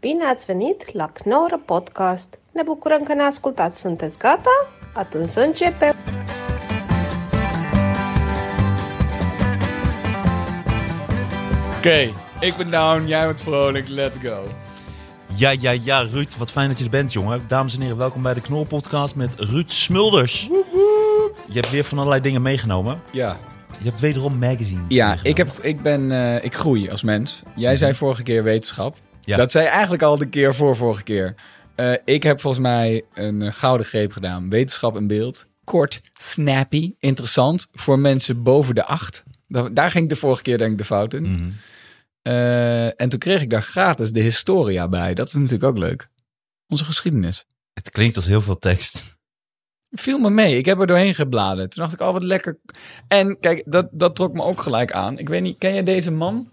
Bine ați venit la Knorr Podcast! Ne bucurăm că ne ascultați! Sunteți gata? Atunci să începem! Oké, ik ben down, jij bent vrolijk, let's go. Ja, Ruud, wat fijn dat je er bent, jongen. Dames en heren, welkom bij de Knorr Podcast met Ruud Smulders. Woep, woep. Je hebt weer van allerlei dingen meegenomen. Ja. Je hebt wederom magazines Ja, ik groei als mens. Jij zei vorige keer wetenschap. Ja. Dat zei je eigenlijk al de keer voor vorige keer. Ik heb volgens mij een gouden greep gedaan. Wetenschap en beeld. Kort, snappy, interessant. Voor mensen boven de 8. Daar ging ik de vorige keer denk ik de fout in. Mm-hmm. En toen kreeg ik daar gratis de historia bij. Dat is natuurlijk ook leuk. Onze geschiedenis. Het klinkt als heel veel tekst. Viel me mee. Ik heb er doorheen gebladerd. Toen dacht ik, wat lekker. En kijk, dat trok me ook gelijk aan. Ik weet niet, ken je deze man?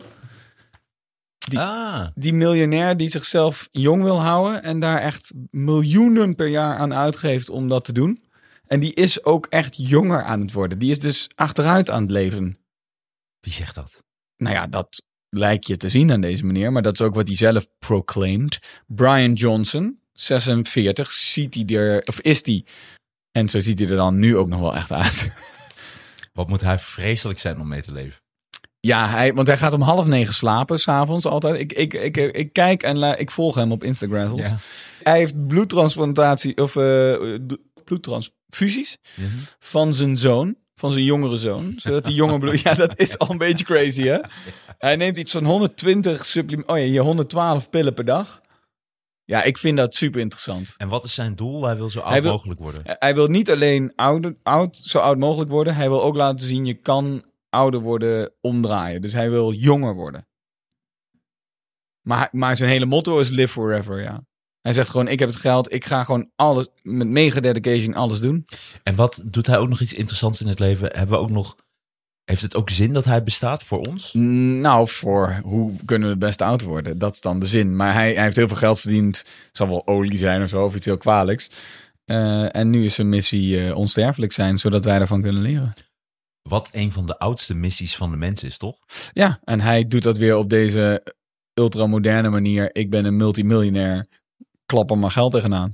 Die miljonair die zichzelf jong wil houden en daar echt miljoenen per jaar aan uitgeeft om dat te doen. En die is ook echt jonger aan het worden. Die is dus achteruit aan het leven. Wie zegt dat? Nou ja, dat lijkt je te zien aan deze meneer, maar dat is ook wat hij zelf proclaimed. Brian Johnson, 46, ziet hij er, of is hij, en zo ziet hij er dan nu ook nog wel echt uit. Wat moet hij vreselijk zijn om mee te leven? Ja, want hij gaat om 8:30 slapen, 's avonds altijd. Ik kijk en ik volg hem op Instagram. Ja. Hij heeft bloedtransplantatie of bloedtransfusies van zijn zoon, van zijn jongere zoon, zodat die jonge bloed. Ja, dat is al een beetje crazy, hè? Hij neemt iets van 120 hier 112 pillen per dag. Ja, ik vind dat super interessant. En wat is zijn doel? Hij wil zo oud mogelijk worden. Hij wil niet alleen zo oud mogelijk worden. Hij wil ook laten zien, je kan ouder worden omdraaien. Dus hij wil jonger worden. Maar zijn hele motto is live forever, ja. Hij zegt gewoon, ik heb het geld, ik ga gewoon alles, met mega dedication alles doen. En wat doet hij ook nog iets interessants in het leven? Heeft het ook zin dat hij bestaat voor ons? Nou, voor hoe kunnen we het best oud worden? Dat is dan de zin. Maar hij heeft heel veel geld verdiend. Het zal wel olie zijn of zo, of iets heel kwalijks. En nu is zijn missie onsterfelijk zijn, zodat wij daarvan kunnen leren. Wat een van de oudste missies van de mens is, toch? Ja, en hij doet dat weer op deze ultramoderne manier. Ik ben een multimiljonair. Klap er maar geld tegenaan.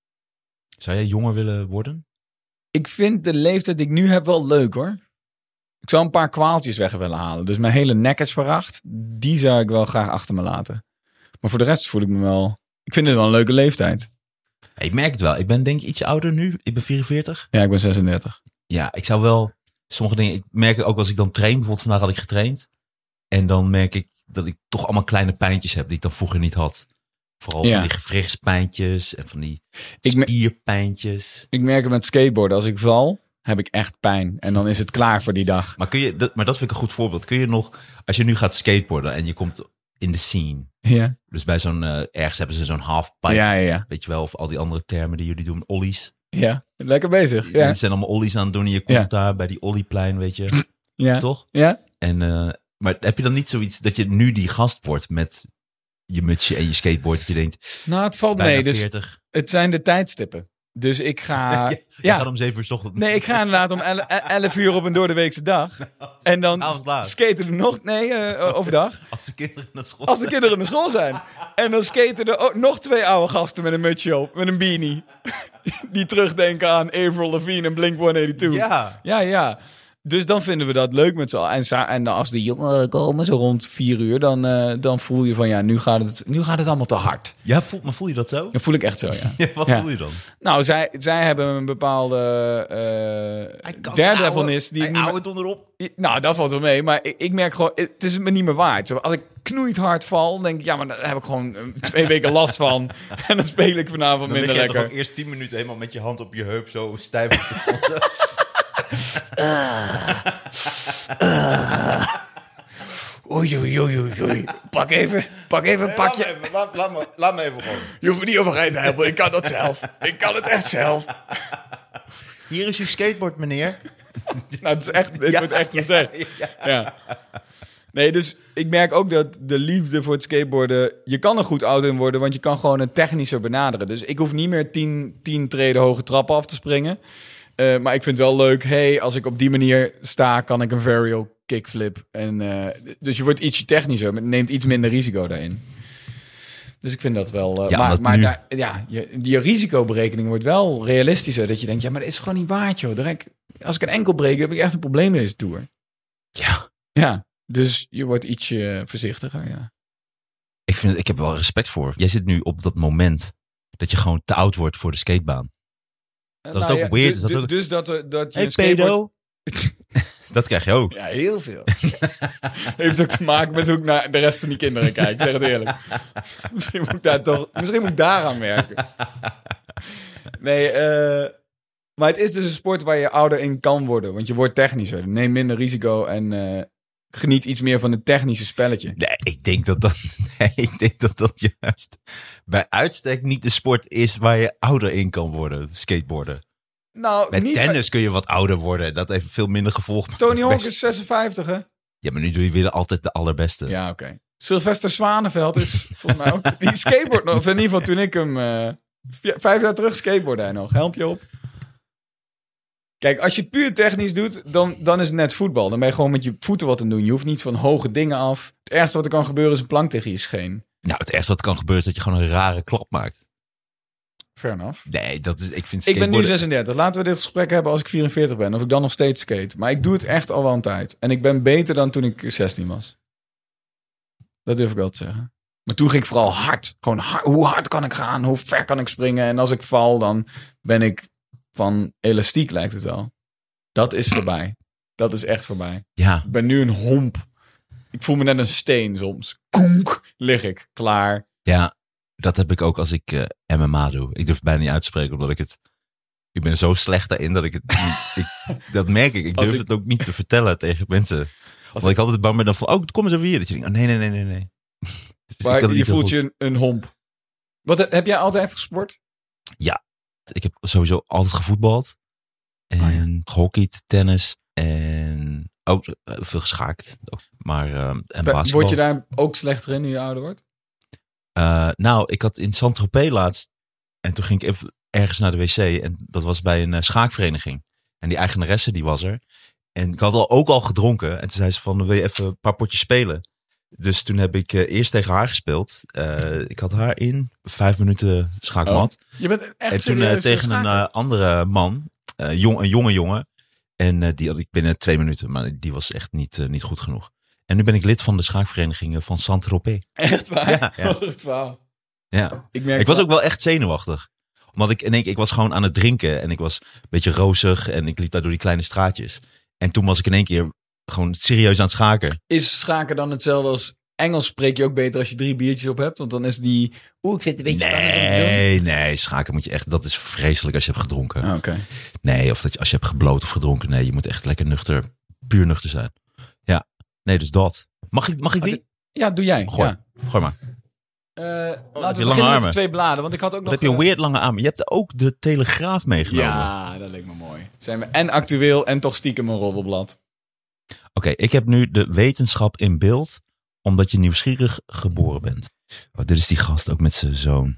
Zou jij jonger willen worden? Ik vind de leeftijd die ik nu heb wel leuk, hoor. Ik zou een paar kwaaltjes weg willen halen. Dus mijn hele nek is verracht. Die zou ik wel graag achter me laten. Maar voor de rest voel ik me wel... Ik vind het wel een leuke leeftijd. Ik merk het wel. Ik ben denk ik iets ouder nu. Ik ben 44. Ja, ik ben 36. Ja, ik zou wel... Sommige dingen... Ik merk het ook als ik dan train. Bijvoorbeeld vandaag had ik getraind. En dan merk ik dat ik toch allemaal kleine pijntjes heb die ik dan vroeger niet had. Vooral van die gewrichtspijntjes en van die spierpijntjes. Ik merk het met skateboarden. Als ik val, heb ik echt pijn. En dan is het klaar voor die dag. Maar maar dat vind ik een goed voorbeeld. Kun je nog, als je nu gaat skateboarden en je komt in de scene. Ja. Dus bij zo'n, ergens hebben ze zo'n halfpipe. Ja. Weet je wel, of al die andere termen die jullie doen. Ollies. Ja, lekker bezig. Ja. En zijn allemaal ollies aan het doen en je komt daar bij die ollieplein, weet je. Ja. Toch? Ja. En, maar heb je dan niet zoiets dat je nu die gast wordt met je mutsje en je skateboard, dat je denkt... Nou, het valt mee. Dus 40. het zijn de tijdstippen. Dus ik ga... Je gaat om 7 uur 's ochtends. Nee, ik ga inderdaad om 11 uur op een doordeweekse dag. En dan skaten er nog... Nee, overdag. Als de kinderen naar school zijn. En dan skaten er ook nog 2 oude gasten met een mutsje op. Met een beanie. Die terugdenken aan Avril Lavigne en Blink-182. Ja. Dus dan vinden we dat leuk met z'n allen. En als de jongeren komen, zo rond 4 uur, dan voel je van ja, nu gaat het allemaal te hard. Ja, maar voel je dat zo? Dat voel ik echt zo, ja. Wat voel je dan? Nou, zij hebben een bepaalde daredevilness. Hij houdt het onderop. Nou, dat valt wel mee. Maar ik merk gewoon, het is me niet meer waard. Zo, als ik knoeit hard val, denk ik, ja, maar daar heb ik gewoon 2 weken last van. En dan speel ik vanavond dan minder lekker. Dan lig je toch ook eerst 10 minuten helemaal met je hand op je heup zo stijf op de grond. Oei. Pak even een pakje. Laat me even gewoon. Je hoeft me niet overheen te helpen. Ik kan dat zelf. Ik kan het echt zelf. Hier is uw skateboard, meneer. Nou, het wordt echt gezegd. Ja. Nee, dus ik merk ook dat de liefde voor het skateboarden... Je kan er goed oud in worden, want je kan gewoon het technischer benaderen. Dus ik hoef niet meer 10 treden hoge trappen af te springen. Maar ik vind het wel leuk, als ik op die manier sta, kan ik een varial kickflip. Dus je wordt ietsje technischer, maar neemt iets minder risico daarin. Dus ik vind dat wel... je risicoberekening wordt wel realistischer. Dat je denkt, ja, maar dat is gewoon niet waard, joh. Als ik een enkel breek, heb ik echt een probleem in deze Tour. Ja, dus je wordt ietsje voorzichtiger, ja. Ik heb wel respect voor. Jij zit nu op dat moment dat je gewoon te oud wordt voor de skatebaan. Dat het ook weird is. Dus dat je een skateboard... Dat krijg je ook. Ja, heel veel. Heeft ook te maken met hoe ik naar de rest van die kinderen kijk. Zeg het eerlijk. Misschien moet ik daaraan werken. Nee, maar het is dus een sport waar je ouder in kan worden. Want je wordt technischer. Neem minder risico en geniet iets meer van het technische spelletje. Nee, ik denk dat dat juist bij uitstek niet de sport is waar je ouder in kan worden. Skateboarden. Nou, met tennis kun je wat ouder worden. Dat heeft veel minder gevolg. Tony Hawk is 56, hè? Ja, maar nu doe je weer altijd de allerbeste. Ja, oké. Sylvester Zwaneveld is volgens mij ook... Die skateboard nog. Of in ieder geval toen ik hem... 5 jaar terug skateboardde hij nog. Helmpje op. Kijk, als je het puur technisch doet, dan is het net voetbal. Dan ben je gewoon met je voeten wat te doen. Je hoeft niet van hoge dingen af. Het ergste wat er kan gebeuren is een plank tegen je scheen. Nou, het ergste wat kan gebeuren is dat je gewoon een rare klap maakt. Fair enough. Nee, dat is, ik vind skateboarden... Ik ben nu 36. Laten we dit gesprek hebben als ik 44 ben. Of ik dan nog steeds skate. Maar ik doe het echt al wel een tijd. En ik ben beter dan toen ik 16 was. Dat durf ik wel te zeggen. Maar toen ging ik vooral hard. Gewoon hard. Hoe hard kan ik gaan? Hoe ver kan ik springen? En als ik val, dan ben ik van elastiek, lijkt het wel. Dat is voorbij. Dat is echt voorbij. Ja. Ik ben nu een homp. Ik voel me net een steen soms. Konk, lig ik. Klaar. Ja, dat heb ik ook als ik MMA doe. Ik durf het bijna niet uit te spreken, omdat ik ben zo slecht daarin dat ik het dat merk ik. Ik durf het ook niet te vertellen tegen mensen. Want ik altijd bang ben dan van, kom eens over hier. Dat je denkt, nee. Dus maar je voelt je een homp. Heb jij altijd gesport? Ja, ik heb sowieso altijd gevoetbald. En gehockeyd, tennis. En ook veel geschaakt. Maar, en basketbal. Word je daar ook slechter in nu je ouder wordt? Nou, ik had in Saint-Tropez laatst. En toen ging ik even ergens naar de wc. En dat was bij een schaakvereniging. En die eigenaresse die was er. En ik had ook al gedronken. En toen zei ze van, wil je even een paar potjes spelen? Dus toen heb ik eerst tegen haar gespeeld. Ik had haar in 5 minuten schaakmat. Je bent echt en toen tegen een andere man. Een jonge jongen. En die had ik binnen 2 minuten. Maar die was echt niet goed genoeg. En nu ben ik lid van de schaakvereniging van Saint-Tropez. Echt waar? Ja. Wat een verhaal. Ja. Ik was ook wel echt zenuwachtig. Omdat ik was gewoon aan het drinken. En ik was een beetje rozig. En ik liep daar door die kleine straatjes. En toen was ik in één keer gewoon serieus aan het schaken. Is schaken dan hetzelfde als Engels spreek je ook beter als je 3 biertjes op hebt? Want dan is die... ik vind het een beetje spannend om te doen. Nee, schaken moet je echt... Dat is vreselijk als je hebt gedronken. Oké. Nee, of als je hebt gebloot of gedronken. Nee, je moet echt lekker nuchter, puur nuchter zijn. Ja, nee, dus dat. Mag ik die? Ja, doe jij. Gooi maar. Laten we beginnen met de 2 bladen. Want ik had ook nog... heb je een weird lange armen. Je hebt ook de Telegraaf meegenomen. Ja, dat leek me mooi. Zijn we en actueel en toch stiekem een roddelblad. Oké, ik heb nu de wetenschap in beeld, omdat je nieuwsgierig geboren bent. Dit is die gast ook met zijn zoon.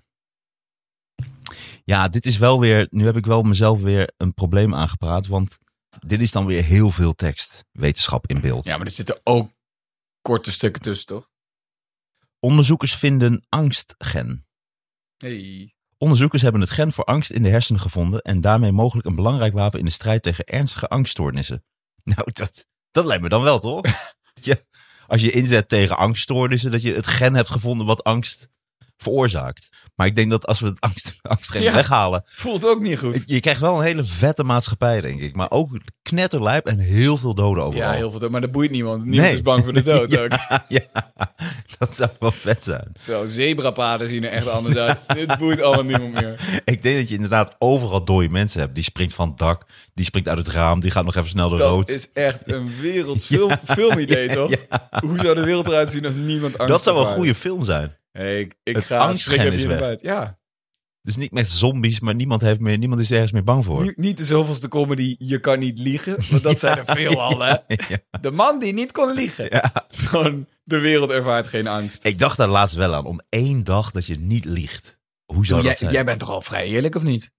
Ja, dit is wel weer... Nu heb ik wel mezelf weer een probleem aangepraat, want dit is dan weer heel veel tekst. Wetenschap in beeld. Ja, maar er zitten ook korte stukken tussen, toch? Onderzoekers vinden angstgen. Hey. Onderzoekers hebben het gen voor angst in de hersenen gevonden en daarmee mogelijk een belangrijk wapen in de strijd tegen ernstige angststoornissen. Nou, dat lijkt me dan wel, toch? Als je inzet tegen angststoornissen, dat je het gen hebt gevonden wat angst veroorzaakt. Maar ik denk dat als we het angstgen weghalen... Voelt ook niet goed. Je krijgt wel een hele vette maatschappij, denk ik. Maar ook knetterlijp en heel veel doden overal. Ja, heel veel doden. Maar dat boeit niemand. Niemand is bang voor de dood ook. Ja, dat zou wel vet zijn. Zo, zebrapaden zien er echt anders uit. Dit boeit allemaal niemand meer. Ik denk dat je inderdaad overal dode mensen hebt. Die springt van het dak, die springt uit het raam, die gaat nog even snel de rood. Dat is echt een wereldfilmidee, toch? Ja. Hoe zou de wereld eruit zien als niemand angst Dat zou wel een goede film zijn. Hey, ik ga springen even naar buiten. Ja. Dus niet met zombies, maar niemand is ergens meer bang voor. Niet de zoveelste comedy, je kan niet liegen. Want dat zijn er veel al, hè? Ja. De man die niet kon liegen. Ja. Gewoon, de wereld ervaart geen angst. Ik dacht daar laatst wel aan, om 1 dag dat je niet liegt. Hoe zou dat zijn? Jij bent toch al vrij eerlijk, of niet?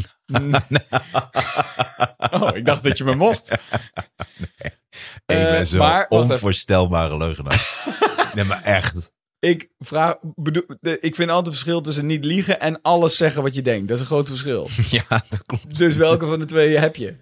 Ik dacht dat je me mocht. Nee. Ik ben zo onvoorstelbare leugenaar. Nee, maar echt. Ik vind altijd een verschil tussen niet liegen en alles zeggen wat je denkt. Dat is een groot verschil. Ja, dat klopt. Dus welke van de twee heb je?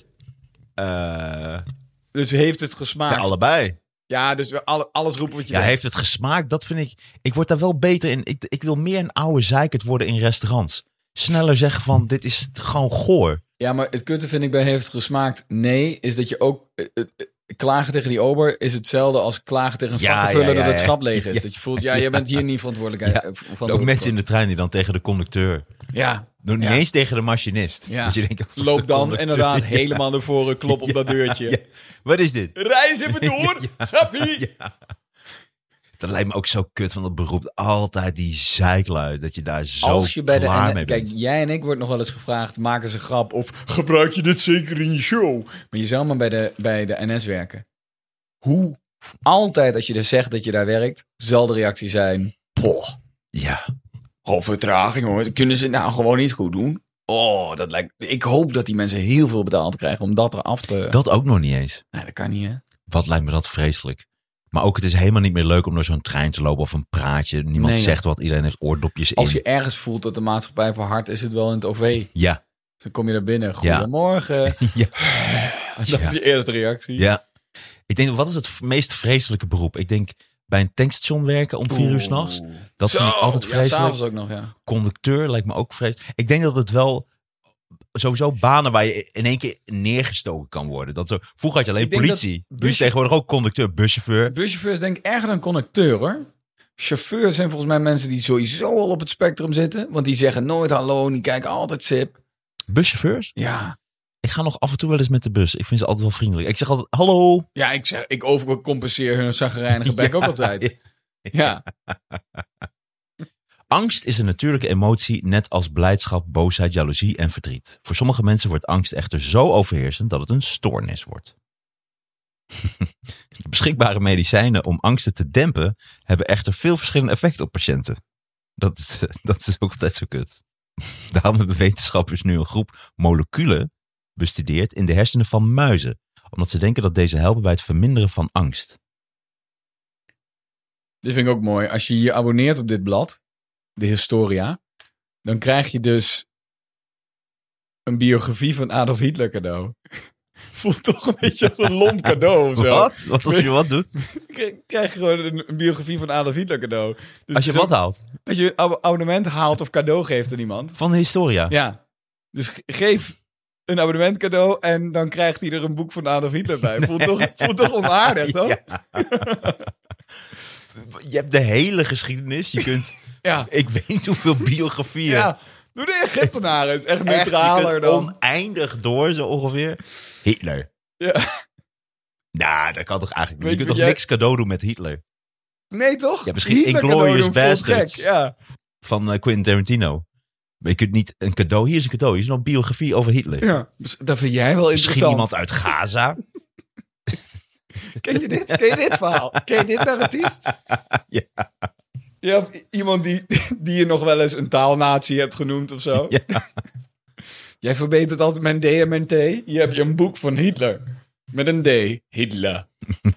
Dus heeft het gesmaakt? Ja, allebei. Ja, dus alles roepen wat je denkt. Heeft het gesmaakt? Dat vind ik... Ik word daar wel beter in. Ik wil meer een oude zeikert worden in restaurants. Sneller zeggen van, dit is gewoon goor. Ja, maar het kutte vind ik bij heeft het gesmaakt. Nee, is dat je ook... klagen tegen die ober is hetzelfde als klagen tegen een vakkenvuller dat het schap leeg is. Ja. Dat je voelt, jij bent hier niet verantwoordelijk. Ook mensen in de trein die dan tegen de conducteur. Ja. Nog niet eens tegen de machinist. Ja. Dat je denkt, loop dan inderdaad helemaal naar voren, klop op dat deurtje. Ja. Wat is dit? Reis even door, grappie. Ja. Dat lijkt me ook zo kut van dat beroep. Altijd die zeiklui, dat je daar zo als je bij klaar mee bent. Kijk, jij en ik wordt nog wel eens gevraagd, maak eens een grap of gebruik je dit zeker in je show? Maar je zou maar bij de NS werken. Hoe altijd als je er zegt dat je daar werkt, zal de reactie zijn, poh. Ja. Vertraging hoor, kunnen ze het nou gewoon niet goed doen? Oh, ik hoop dat die mensen heel veel betaald krijgen om dat eraf te... Dat ook nog niet eens. Nee, dat kan niet hè. Wat lijkt me dat vreselijk. Maar ook het is helemaal niet meer leuk om door zo'n trein te lopen of een praatje. Niemand zegt wat, iedereen heeft oordopjes in. Als je ergens voelt dat de maatschappij verhardt, is het wel in het OV. Ja. Dan kom je daar binnen. Goedemorgen. Ja. Dat is je eerste reactie. Ja. Ik denk, wat is het meest vreselijke beroep? Ik denk bij een tankstation werken om 4 uur 's nachts. Dat vind ik altijd vreselijk. Ja, 's avonds ook nog, ja. Conducteur lijkt me ook vreselijk. Ik denk dat het wel... Sowieso banen waar je in één keer neergestoken kan worden. Vroeger had je alleen politie. Nu is tegenwoordig ook conducteur, buschauffeur. Buschauffeurs denk ik erger dan conducteur hoor. Chauffeurs zijn volgens mij mensen die sowieso al op het spectrum zitten. Want die zeggen nooit hallo en die kijken altijd sip. Buschauffeurs? Ja. Ik ga nog af en toe wel eens met de bus. Ik vind ze altijd wel vriendelijk. Ik zeg altijd hallo. Ja, ik overcompenseer hun chagrijnige bek ook altijd. Ja. Angst is een natuurlijke emotie, net als blijdschap, boosheid, jaloezie en verdriet. Voor sommige mensen wordt angst echter zo overheersend dat het een stoornis wordt. De beschikbare medicijnen om angsten te dempen hebben echter veel verschillende effecten op patiënten. Dat is ook altijd zo kut. Daarom hebben wetenschappers nu een groep moleculen bestudeerd in de hersenen van muizen, omdat ze denken dat deze helpen bij het verminderen van angst. Dit vind ik ook mooi. Als je je abonneert op dit blad, de Historia, dan krijg je dus een biografie van Adolf Hitler cadeau. Voelt toch een beetje als een lomp cadeau of zo. Wat? Wat als je wat doet? Krijg je gewoon een biografie van Adolf Hitler cadeau. Dus als je wat haalt? Als je een abonnement haalt of cadeau geeft aan iemand. Van de Historia? Ja. Dus geef een abonnement cadeau en dan krijgt hij er een boek van Adolf Hitler bij. Voelt toch onaardig, toch? Ja. Je hebt de hele geschiedenis. Je kunt... Ja. Ik weet niet hoeveel biografieën. Ja. Doe de Egyptenaren. Het is echt neutraler dan. Oneindig door, zo ongeveer. Hitler. Ja. Nou, dat kan toch eigenlijk niet. Je kunt toch niks cadeau doen met Hitler? Nee, toch? Ja, misschien Inglourious Basterds. Ja. Van Quentin Tarantino. Maar je kunt niet een cadeau. Hier is een cadeau. Hier is nog een biografie over Hitler. Ja, dat vind jij wel interessant. Misschien iemand uit Gaza. Ken je dit verhaal? Ken je dit narratief? Ja. Ja, of iemand die je nog wel eens een taalnatie hebt genoemd of zo. Ja. Jij verbetert altijd mijn D en mijn T. Hier heb je een boek van Hitler. Met een D. Hitler.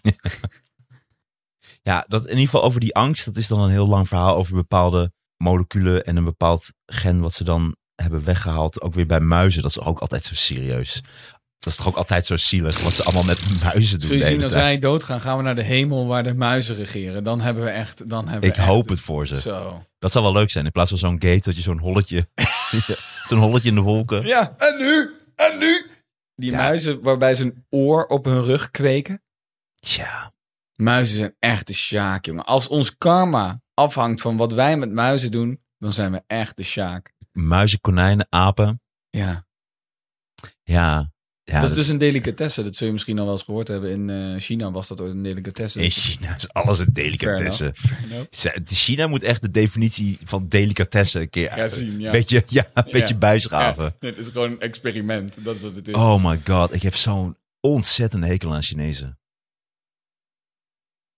Ja, dat in ieder geval over die angst. Dat is dan een heel lang verhaal over bepaalde moleculen en een bepaald gen wat ze dan hebben weggehaald. Ook weer bij muizen. Dat is ook altijd zo serieus. Dat is toch ook altijd zo zielig wat ze allemaal met muizen doen. Zul je zien, als wij doodgaan, gaan we naar de hemel waar de muizen regeren. Dan hebben we echt... Ik hoop het voor ze. Zo. Dat zou wel leuk zijn. In plaats van zo'n gate, dat je zo'n holletje... zo'n holletje in de wolken. Ja, en nu? Die muizen waarbij ze een oor op hun rug kweken. Tja. Muizen zijn echt de sjaak, jongen. Als ons karma afhangt van wat wij met muizen doen, dan zijn we echt de sjaak. Muizen, konijnen, apen. Ja. Ja. Ja, dat is dus een delicatesse. Dat zul je misschien al wel eens gehoord hebben. In China was dat ooit een delicatesse. In China is alles een delicatesse. China moet echt de definitie van delicatesse een keer een beetje bijschaven. Ja, het is gewoon een experiment. Dat is wat het is. Oh my god, ik heb zo'n ontzettende hekel aan Chinezen.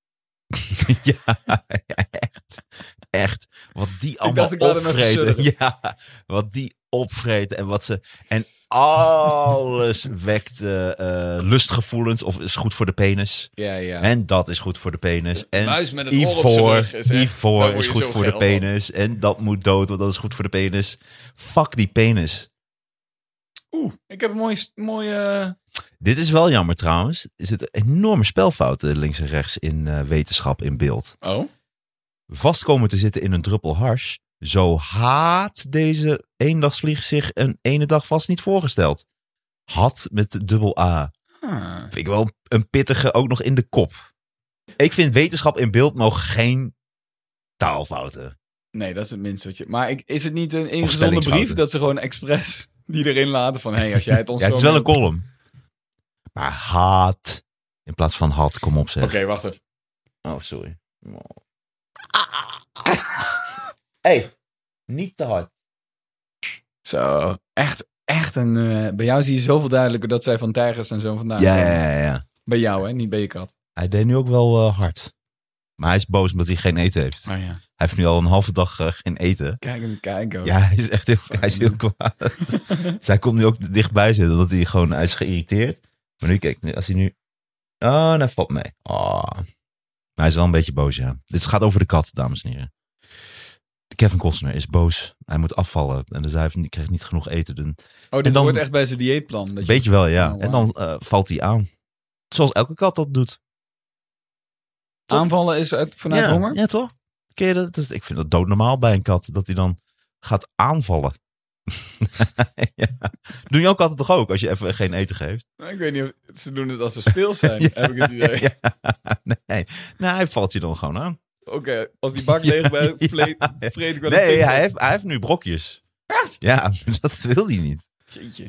Ja, echt. Wat die allemaal opvreten. Ja, wat die opvreten en wat ze... En alles wekt lustgevoelens of is goed voor de penis. Ja. En dat is goed voor de penis. En muis met een oor op zijn rug Ivor is goed voor de penis. En dat moet dood, want dat is goed voor de penis. Fuck die penis. Ik heb een mooie... Dit is wel jammer trouwens. Er zitten enorme spelfouten links en rechts in wetenschap in beeld. Oh? Vast komen te zitten in een druppel hars. Zo haat deze eendagsvlieg zich een ene dag vast niet voorgesteld. Had met dubbel A. Vind ik wel een pittige ook nog in de kop. Ik vind wetenschap in beeld mogen geen taalfouten. Nee, dat is het minste wat je... Maar is het niet een ingezonde brief dat ze gewoon expres die erin laten van... Hey, als jij het ons ja, het is wel een column. Maar haat in plaats van had, kom op zeg. Oké, wacht even. Oh, sorry. Hey, niet te hard. Zo, echt een... bij jou zie je zoveel duidelijker dat zij van tijgers en zo vandaan komen. Ja. Bij jou, hè? Niet bij je kat. Hij deed nu ook wel hard. Maar hij is boos omdat hij geen eten heeft. Oh, ja. Hij heeft nu al een halve dag geen eten. Kijk hem kijken. Ja, hij is echt heel kwaad. Zij komt nu ook dichtbij zitten, omdat hij is geïrriteerd. Maar nu, kijk, als hij nu... Oh, dat valt mee. Oh. Maar hij is wel een beetje boos, ja. Dit gaat over de kat, dames en heren. Kevin Costner is boos. Hij moet afvallen. En dus hij krijgt niet genoeg eten. Dit hoort echt bij zijn dieetplan. Weet je wel, ja. Oh, wow. En dan valt hij aan. Zoals elke kat dat doet. Toch? Aanvallen is vanuit honger? Ja, toch? Ken je dat? Ik vind dat doodnormaal bij een kat. Dat hij dan gaat aanvallen. Ja. Doe je ook altijd toch ook als je even geen eten geeft? Ik weet niet of ze doen het als ze speels zijn. Ja, heb ik het idee. Ja. Nee, hij valt je dan gewoon aan. Oké, als die bak leeg bent, vreet ik wel een pink. Hij heeft nu brokjes. Echt? Ja, dat wil hij niet. Jeetje.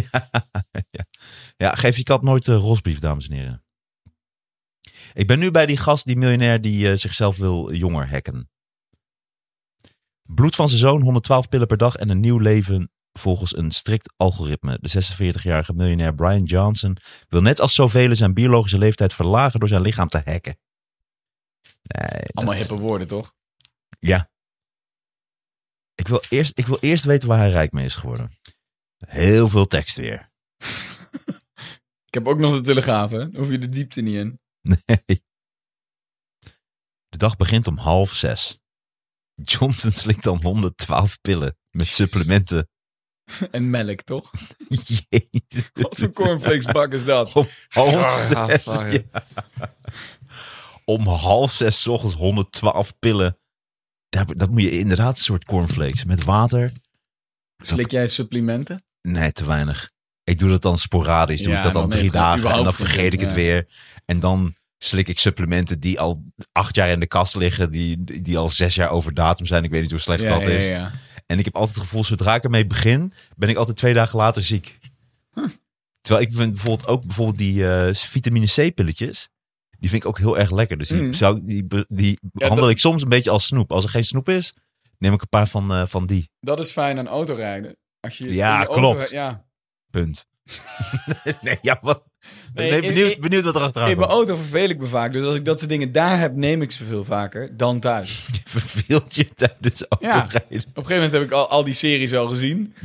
Ja, geef je kat nooit rosbief, dames en heren. Ik ben nu bij die gast, die miljonair die zichzelf wil jonger hacken. Bloed van zijn zoon, 112 pillen per dag en een nieuw leven volgens een strikt algoritme. De 46-jarige miljonair Brian Johnson wil net als zoveel zijn biologische leeftijd verlagen door zijn lichaam te hacken. Nee, allemaal hippe woorden, toch? Ja. Ik wil eerst weten waar hij rijk mee is geworden. Heel veel tekst weer. Ik heb ook nog de Telegraaf, hè? Hoef je de diepte niet in. Nee. De dag begint om 5:30. Johnson slikt dan 112 pillen met supplementen. En melk, toch? Jezus. Wat voor cornflakesbak is dat? Om 5:30. Ja. Om 5:30 's ochtends 112 pillen. Dat moet je inderdaad een soort cornflakes met water. Slik jij supplementen? Nee, te weinig. Ik doe dat dan sporadisch. Doe ik dat dan 3 dagen en dan vergeet ik het weer. En dan slik ik supplementen die al 8 jaar in de kast liggen. Die al 6 jaar over datum zijn. Ik weet niet hoe slecht dat is. Ja. En ik heb altijd het gevoel, zodra ik ermee begin, ben ik altijd 2 dagen later ziek. Terwijl ik vind bijvoorbeeld die vitamine C pilletjes. Die vind ik ook heel erg lekker. Dus die handel ik soms een beetje als snoep. Als er geen snoep is, neem ik een paar van die. Dat is fijn aan autorijden. Als je ja, klopt. Punt. Nee, ja, wat? Benieuwd wat er achteraan komt. In mijn auto verveel ik me vaak. Dus als ik dat soort dingen daar heb, neem ik ze veel vaker dan thuis. Je verveelt je tijdens autorijden. Ja, op een gegeven moment heb ik al die series al gezien.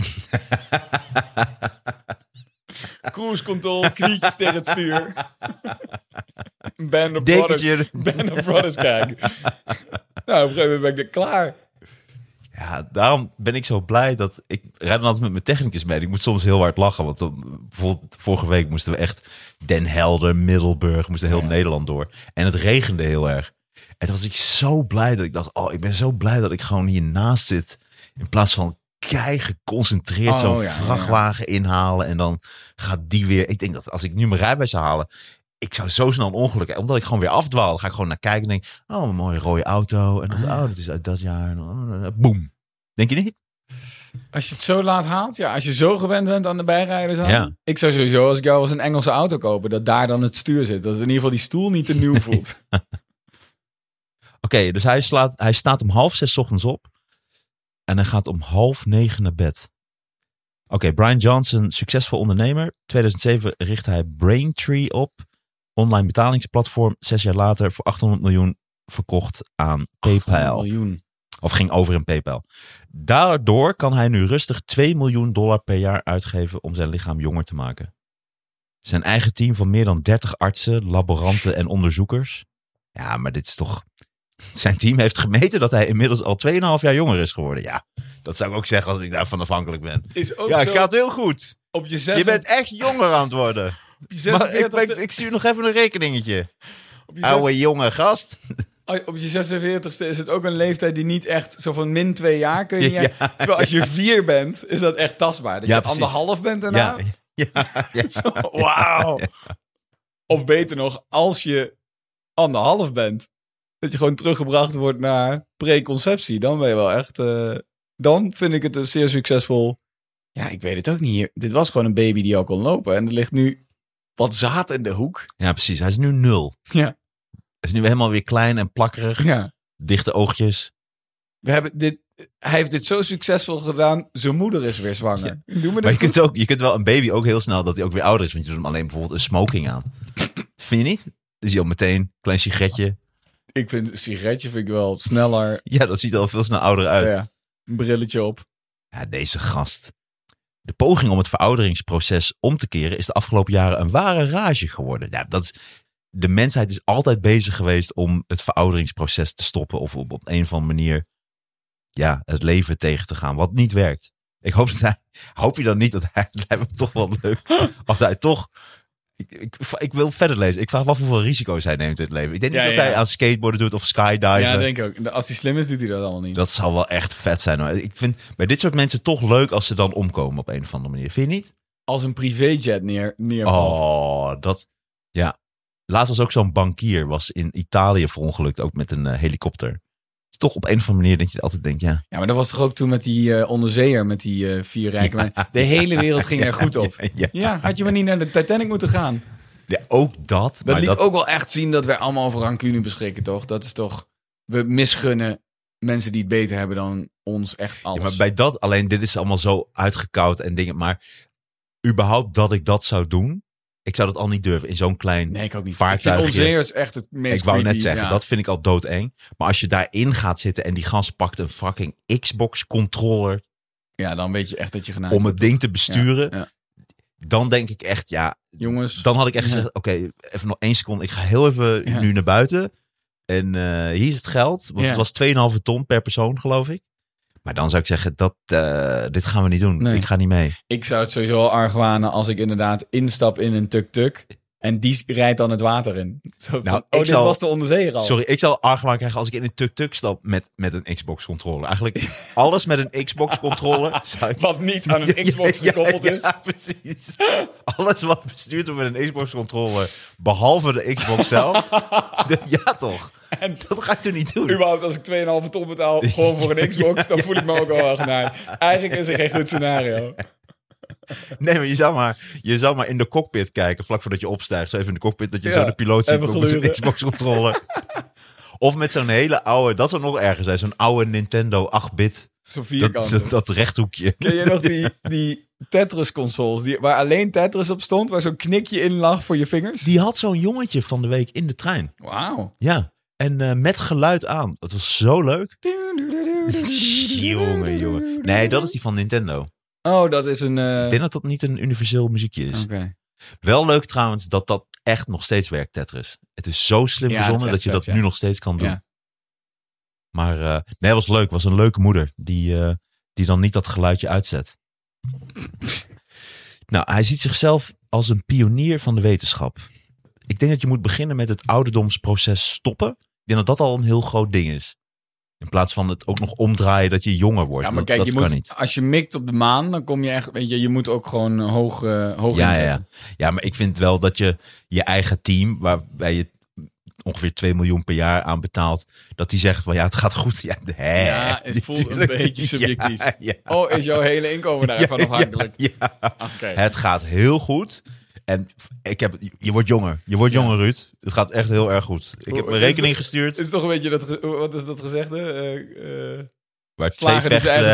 Cruise control, knietjes tegen het stuur. Band of Brothers kijken. Nou, op een gegeven moment ben ik er klaar. Ja, daarom ben ik zo blij dat... Ik rijd dan altijd met mijn technicus mee. Ik moet soms heel hard lachen. Want bijvoorbeeld vorige week moesten we echt Den Helder, Middelburg... moesten heel Nederland door. En het regende heel erg. En toen was ik zo blij dat ik dacht... ik ben zo blij dat ik gewoon hiernaast zit. In plaats van geconcentreerd zo'n vrachtwagen inhalen. En dan gaat die weer... Ik denk dat als ik nu mijn rijbewijs zou halen... Ik zou zo snel een ongeluk hebben. Omdat ik gewoon weer afdwaal. Dan ga ik gewoon naar kijken en denk... een mooie rode auto. En dan dat is uit dat jaar. Boom. Denk je niet? Als je het zo laat haalt. Ja, als je zo gewend bent aan de bijrijders aan. Ja. Ik zou sowieso, als ik jou als een Engelse auto kopen... dat daar dan het stuur zit. Dat in ieder geval die stoel niet te nieuw voelt. Oké, dus hij staat om 5:30 ochtends op. En hij gaat om 8:30 naar bed. Oké, Brian Johnson, succesvol ondernemer. 2007 richtte hij Braintree op. Online betalingsplatform. 6 jaar later voor $800 miljoen verkocht aan PayPal. Of ging over in PayPal. Daardoor kan hij nu rustig $2 miljoen per jaar uitgeven om zijn lichaam jonger te maken. Zijn eigen team van meer dan 30 artsen, laboranten en onderzoekers. Ja, maar dit is toch... Zijn team heeft gemeten dat hij inmiddels al 2,5 jaar jonger is geworden. Ja, dat zou ik ook zeggen als ik daarvan afhankelijk ben. Is ook ja, zo... gaat heel goed. Op je bent echt jonger aan het worden. Op je ik stuur nog even een rekeningetje. Oude jonge gast. Op je 46ste is het ook een leeftijd die niet echt zo van min 2 jaar kun je. Ja. Terwijl als je 4 bent, is dat echt tastbaar. Dat je anderhalf bent daarna. Wauw. Of beter nog, als je 1,5 bent, dat je gewoon teruggebracht wordt naar preconceptie. Dan ben je wel echt... dan vind ik het een zeer succesvol... Ja, ik weet het ook niet. Dit was gewoon een baby die al kon lopen. En er ligt nu wat zaad in de hoek. Ja, precies. Hij is nu 0. Ja. Hij is nu helemaal weer klein en plakkerig. Ja. Dichte oogjes. Hij heeft dit zo succesvol gedaan. Zijn moeder is weer zwanger. Ja. Maar je kunt wel een baby ook heel snel dat hij ook weer ouder is. Want je doet hem alleen bijvoorbeeld een smoking aan. Vind je niet? Dus je al meteen een klein sigaretje. Ik vind een sigaretje wel sneller. Ja, dat ziet er al veel snel ouder uit. Ja. Een brilletje op. Ja, deze gast. De poging om het verouderingsproces om te keren is de afgelopen jaren een ware rage geworden. Ja, de mensheid is altijd bezig geweest om het verouderingsproces te stoppen. Of op een of andere manier het leven tegen te gaan. Wat niet werkt. Ik hoop je dan niet dat hij... Dat lijkt me toch wel leuk. Als hij toch... Ik wil verder lezen. Ik vraag me af hoeveel risico's hij neemt in het leven. Ik denk niet dat hij aan skateboarden doet of skydiven. Ja, denk ik ook. Als hij slim is, doet hij dat allemaal niet. Dat zal wel echt vet zijn. Maar ik vind bij dit soort mensen toch leuk als ze dan omkomen op een of andere manier. Vind je niet? Als een privéjet neervalt. Oh, dat... Ja. Laatst was ook zo'n bankier. Was in Italië verongelukt. Ook met een helikopter. Toch op een of andere manier dat je altijd denkt, ja. Ja, maar dat was toch ook toen met die onderzeeër, met die 4 rijken. Ja. De hele wereld ging er goed op. Ja, had je maar niet naar de Titanic moeten gaan. Ja, ook dat. Dat liet ook wel echt zien dat wij allemaal over rancune beschikken, toch? Dat is toch... We misgunnen mensen die het beter hebben dan ons echt alles. Ja, maar bij dat alleen, dit is allemaal zo uitgekoud en dingen. Maar überhaupt dat ik dat zou doen... Ik zou dat al niet durven in zo'n klein ik ook niet. vaartuigje. Ik vind onzeer echt het meest Ik wou creepy, net zeggen, dat vind ik al doodeng. Maar als je daarin gaat zitten en die gast pakt een fucking Xbox controller. Ja, dan weet je echt dat je genaaid om het ding te besturen. Ja. Dan denk ik echt, jongens. Dan had ik echt gezegd, oké, even nog 1 seconde. Ik ga heel even nu naar buiten. En hier is het geld. Want het was 2,5 ton per persoon, geloof ik. Maar dan zou ik zeggen, dit gaan we niet doen. Nee. Ik ga niet mee. Ik zou het sowieso al argwanen als ik inderdaad instap in een tuk-tuk. En die rijdt dan het water in. Zo van, dit was de onderzeeër al. Sorry, ik zal argwaan krijgen als ik in een tuk-tuk stap met een Xbox-controller. Eigenlijk alles met een Xbox-controller. Wat niet aan een Xbox gekoppeld is. Ja, precies. Alles wat bestuurd wordt met een Xbox-controller, behalve de Xbox zelf. Ja, toch? En dat ga ik toch niet doen? Überhaupt, als ik 2,5 ton betaal gewoon voor een Xbox, dan voel ik me ook wel genaaid. Eigenlijk is er geen goed scenario. Nee, maar je zou maar in de cockpit kijken, vlak voordat je opstijgt. Zo even in de cockpit, dat je zo de piloot ziet met zo'n Xbox-controller. Of met zo'n hele oude, dat zou nog erger zijn, zo'n oude Nintendo 8-bit. Zo'n vierkant. Dat rechthoekje. Ken je nog die Tetris-consoles, waar alleen Tetris op stond, waar zo'n knikje in lag voor je vingers? Die had zo'n jongetje van de week in de trein. Wauw. Ja. En met geluid aan. Dat was zo leuk. Jongen. Nee, dat is die van Nintendo. Oh, dat is een... Ik denk dat dat niet een universeel muziekje is. Okay. Wel leuk trouwens dat echt nog steeds werkt, Tetris. Het is zo slim verzonnen dat je dat nu nog steeds kan doen. Ja. Maar het was leuk. Het was een leuke moeder die dan niet dat geluidje uitzet. Nou, hij ziet zichzelf als een pionier van de wetenschap. Ik denk dat je moet beginnen met het ouderdomsproces stoppen. Ik denk dat al een heel groot ding is. In plaats van het ook nog omdraaien dat je jonger wordt. Ja, maar kijk, dat kan niet. Als je mikt op de maan, dan kom je echt... Weet je moet ook gewoon hoog inzetten. Ja, maar ik vind wel dat je eigen team, waarbij je ongeveer 2 miljoen per jaar aan betaalt, dat die zeggen van het gaat goed. Ja, het voelt een beetje subjectief. Ja. Oh, is jouw hele inkomen daarvan afhankelijk? Ja. Okay. Het gaat heel goed. En je wordt jonger. Je wordt jonger, Ruud. Het gaat echt heel erg goed. Ik heb mijn rekening gestuurd. Het is toch een beetje wat is dat gezegde? Waar 2 vechten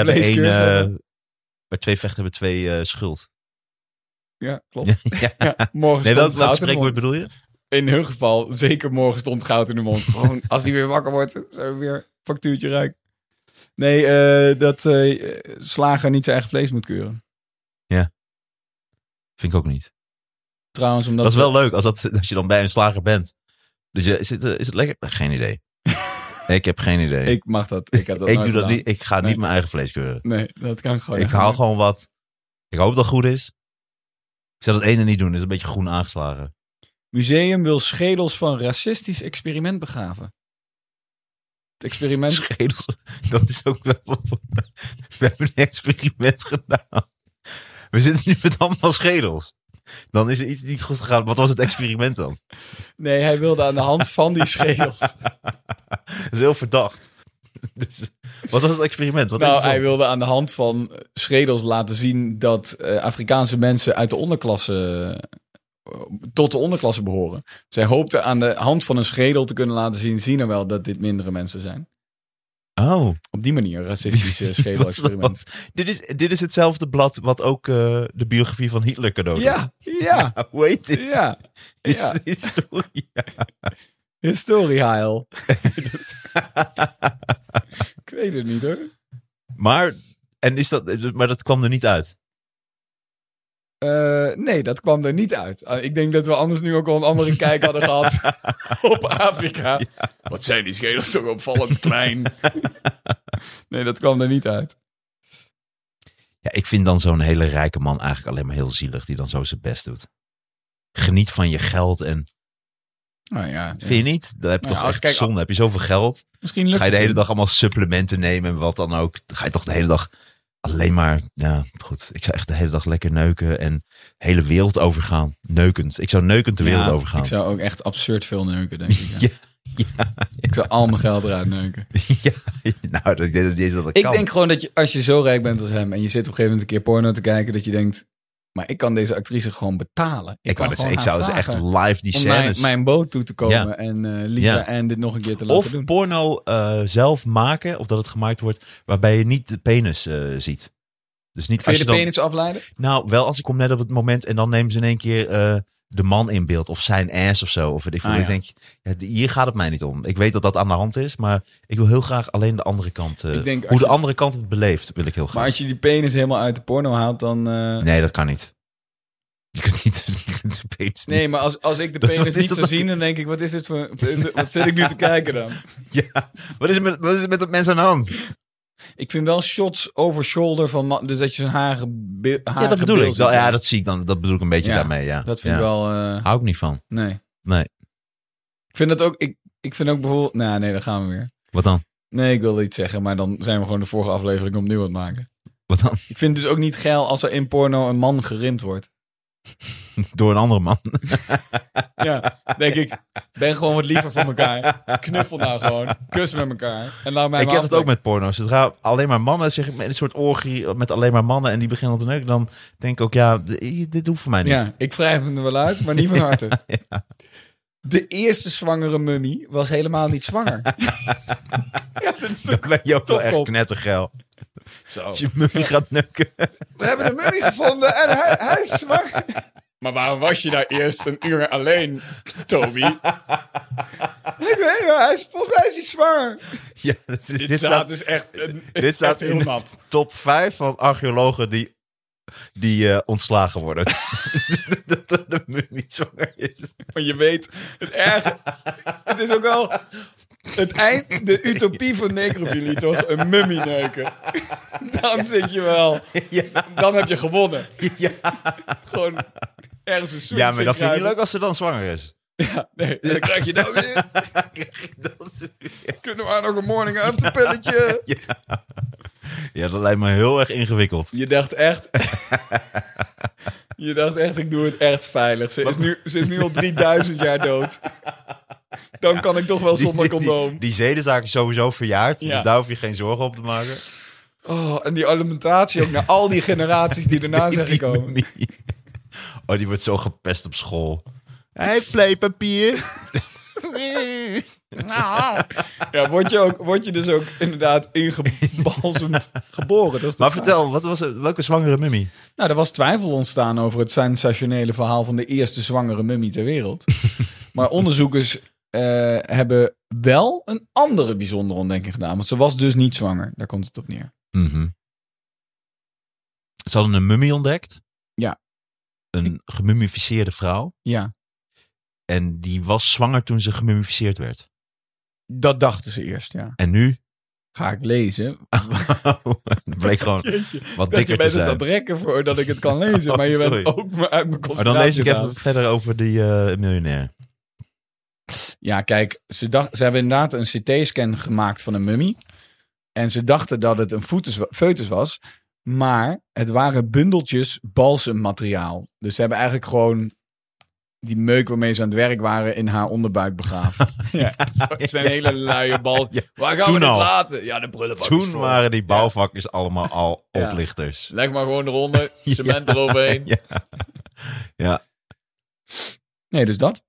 hebben 2 schuld. Ja, klopt. Ja. Morgen welk spreekwoord bedoel je? in hun geval, zeker morgen stond goud in de mond. Gewoon, als hij weer wakker wordt, zijn we weer factuurtje rijk. Nee, dat slager niet zijn eigen vlees moet keuren. Ja. Vind ik ook niet. Trouwens, omdat... Dat is wel leuk, als je dan bij een slager bent. Dus is het lekker? Geen idee. Ik heb geen idee. Ik mag dat. Ik heb dat ik nooit doe dat gedaan. niet. Ik ga niet mijn eigen vlees keuren. Nee, dat kan gewoon. Ik haal gewoon wat. Ik hoop dat het goed is. Ik zou dat ene niet doen. Dat is een beetje groen aangeslagen. Museum wil schedels van racistisch experiment begraven. Het experiment... Schedels, dat is ook wel... We hebben een experiment gedaan. We zitten nu met allemaal schedels. Dan is er iets niet goed gegaan. Wat was het experiment dan? Nee, hij wilde aan de hand van die schedels... Dat is heel verdacht. Dus, wat was het experiment? Hij wilde aan de hand van schedels laten zien dat Afrikaanse mensen uit de onderklasse... tot de onderklasse behoren. Zij hoopte aan de hand van een schedel te kunnen laten zien er wel dat dit mindere mensen zijn. Oh. Op die manier, racistische schedel-experiment. Dit is hetzelfde blad wat ook de biografie van Hitler cadeau doet. Ja. Hoe heet dit? Ja. Historie. Historieheil. Ik weet het niet hoor. Maar dat kwam er niet uit. Nee, dat kwam er niet uit. Ik denk dat we anders nu ook wel een andere kijk hadden gehad op Afrika. Ja. Wat zijn die schedels toch opvallend klein. Nee, dat kwam er niet uit. Ja, ik vind dan zo'n hele rijke man eigenlijk alleen maar heel zielig, die dan zo zijn best doet. Geniet van je geld en... Nou ja, vind je niet? Dan heb je toch echt zonde. Heb je zoveel geld? Misschien lukt ga je de hele dag allemaal supplementen nemen en wat dan ook. Dan ga je toch de hele dag alleen maar... Ja, goed. Ik zou echt de hele dag lekker neuken en de hele wereld overgaan. Neukend. Ik zou neukend de wereld overgaan. Ik zou ook echt absurd veel neuken, denk ik. Ja. Ik zou al mijn geld eruit neuken. Nou, ik denk dat niet dat ik kan. denk gewoon dat je, als je zo rijk bent als hem en je zit op een gegeven moment een keer porno te kijken, dat je denkt, maar ik kan deze actrice gewoon betalen. Ik zou ze echt live die scènes... Om mijn boot toe te komen en Lisa en dit nog een keer te laten doen. Of porno zelf maken, of dat het gemaakt wordt, waarbij je niet de penis ziet. Dus niet als je de penis afleiden? Nou, wel als ik kom net op het moment en dan nemen ze in één keer de man in beeld. Of zijn ass of zo. Of ik denk, hier gaat het mij niet om. Ik weet dat dat aan de hand is, maar ik wil heel graag alleen de andere kant. Hoe de andere kant het beleeft, wil ik heel graag. Maar als je die penis helemaal uit de porno haalt, dan... Nee, dat kan niet. Je kunt niet de penis Nee, maar als ik de penis niet zou zien, dan denk ik, wat is dit voor... Wat zit ik nu te kijken dan? Ja, wat is er met dat mens aan de hand? Ik vind wel shots over shoulder van dus dat je zo'n haren ja, dat bedoel ik. Ja, dat zie ik dan. Dat bedoel ik een beetje daarmee. Ja, dat vind ik wel. Hou ik niet van. Nee. Ik vind dat ook. Ik vind ook bijvoorbeeld. Nou, nee, dan gaan we weer. Wat dan? Nee, ik wil iets zeggen, maar dan zijn we gewoon de vorige aflevering opnieuw aan het maken. Wat dan? Ik vind dus ook niet geil als er in porno een man gerimd wordt. Door een andere man. Ja, denk ik. Ben gewoon wat liever voor elkaar. Knuffel nou gewoon. Kus met elkaar. En laat mij ik heb het ook met porno's. Zodra alleen maar mannen zich met een soort orgie met alleen maar mannen en die beginnen te neuken, dan denk ik ook, ja, dit hoeft voor mij niet. Ja, ik wrijf hem er wel uit, maar niet van harte. Ja. De eerste zwangere mummie was helemaal niet zwanger. Dan ben je ook wel echt knettergeil. Zo. Als je mummie gaat neuken. We hebben een mummie gevonden en hij is zwanger. Maar waarom was je daar eerst een uur alleen, Toby? Ik weet niet, volgens mij is hij zwanger. Ja, dit staat dus echt dit staat heel in nat. De top 5 van archeologen die ontslagen worden. Dat de mummie zwanger is. Maar je weet, het erge... Het is ook wel... Het eind, de utopie van necrofilie, toch? Een mummie neuken. Dan zit je wel... Ja. Dan heb je gewonnen. Ja. Gewoon ergens een soort. Ja, maar dat vind je niet leuk als ze dan zwanger is. Ja, nee. En dan krijg je dat weer. Kunnen we haar nog een morning after pilletje? Ja, dat lijkt me heel erg ingewikkeld. Je dacht echt, ik doe het echt veilig. Ze is nu al 3000 jaar dood. Dan kan ik toch wel zonder condoom. Die zedenzaak is sowieso verjaard. Ja. Dus daar hoef je geen zorgen op te maken. Oh, en die alimentatie ook naar al die generaties die erna zijn gekomen. Oh, die wordt zo gepest op school. Hey, playpapier. Ja, word je dus ook inderdaad ingebalsemd geboren. Dat is maar vertel, welke zwangere mummie? Nou, er was twijfel ontstaan over het sensationele verhaal van de eerste zwangere mummie ter wereld. Maar onderzoekers hebben wel een andere bijzondere ontdekking gedaan. Want ze was dus niet zwanger. Daar komt het op neer. Mm-hmm. Ze hadden een mummie ontdekt. Ja. Een gemummificeerde vrouw. Ja. En die was zwanger toen ze gemummificeerd werd. Dat dachten ze eerst, ja. En nu? Ga ik lezen. Het bleek gewoon wat dikker te zijn. Je bent het aan het rekken voordat ik het kan lezen. Maar je bent ook uit mijn concentratie. Maar dan lees ik even verder over die miljonair. Ja, kijk. Ze hebben inderdaad een CT-scan gemaakt van een mummie. En ze dachten dat het een foetus was. Maar het waren bundeltjes balsemmateriaal. Dus ze hebben eigenlijk gewoon die meuk waarmee ze aan het werk waren in haar onderbuik begraven. Ja, het zijn hele luie bal. Ja, waar gaan we dit laten? Ja, de prullenbak. Toen waren die bouwvakkers allemaal al oplichters. Leg maar gewoon eronder, cement eroverheen. Ja. Nee, dus dat.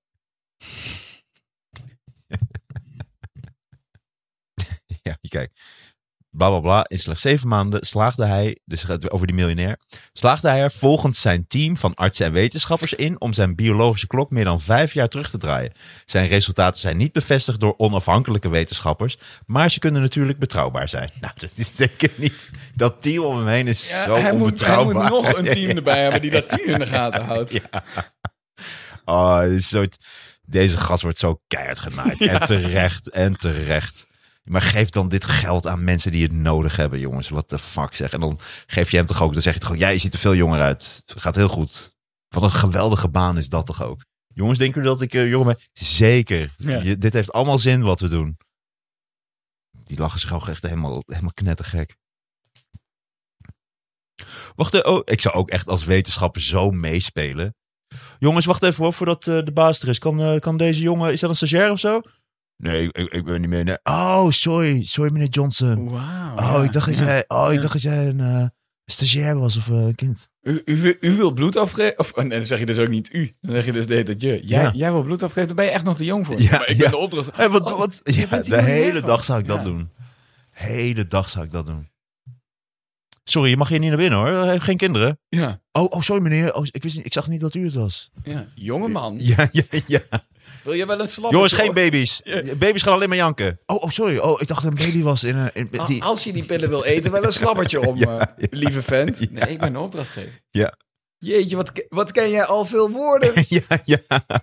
Ja, kijk. Blablabla. In slechts 7 maanden slaagde hij, dus het gaat over die miljonair, slaagde hij er volgens zijn team van artsen en wetenschappers in om zijn biologische klok meer dan 5 jaar terug te draaien. Zijn resultaten zijn niet bevestigd door onafhankelijke wetenschappers, maar ze kunnen natuurlijk betrouwbaar zijn. Nou, dat is zeker niet. Dat team om hem heen is zo onbetrouwbaar. Hij moet nog een team erbij hebben die dat team in de gaten houdt. Ja. Oh, deze gast wordt zo keihard genaaid. Ja. En terecht. Maar geef dan dit geld aan mensen die het nodig hebben, jongens. What the fuck, zeg. En dan geef je hem toch ook, dan zeg je toch ook, ja, je ziet er veel jonger uit. Het gaat heel goed. Wat een geweldige baan is dat toch ook. Jongens, denken jullie dat ik jonger ben? Zeker. Ja. Dit heeft allemaal zin wat we doen. Die lachen zich gewoon echt helemaal knettergek. Wacht, ik zou ook echt als wetenschapper zo meespelen. Jongens, wacht even hoor, voordat de baas er is. Kan deze jongen, is dat een stagiair of zo? Nee, ik ben niet meer. Nee. Oh, sorry meneer Johnson. Wow. Ik dacht dat jij een stagiair was of een kind. U wil bloed afgeven? En dan zeg je dus ook niet u. Dan zeg je dus dat je. Jij wil bloed afgeven, dan ben je echt nog te jong voor. Ja, maar ik ben de opdracht. Hey, de hele dag zou ik dat doen. Hele dag zou ik dat doen. Sorry, je mag hier niet naar binnen hoor. Hij heeft geen kinderen. Ja. Oh, sorry meneer. Ik zag niet dat u het was. Ja, jonge man. Ja. Wil je wel een slap? Jongens, geen baby's. Ja. Baby's gaan alleen maar janken. Oh, sorry. Ik dacht dat een baby was in die... Als je die pillen wil eten, wel een slabbertje om, lieve vent. Ja. Nee, ik ben een opdrachtgever. Ja. Jeetje, wat ken jij al veel woorden? Ja.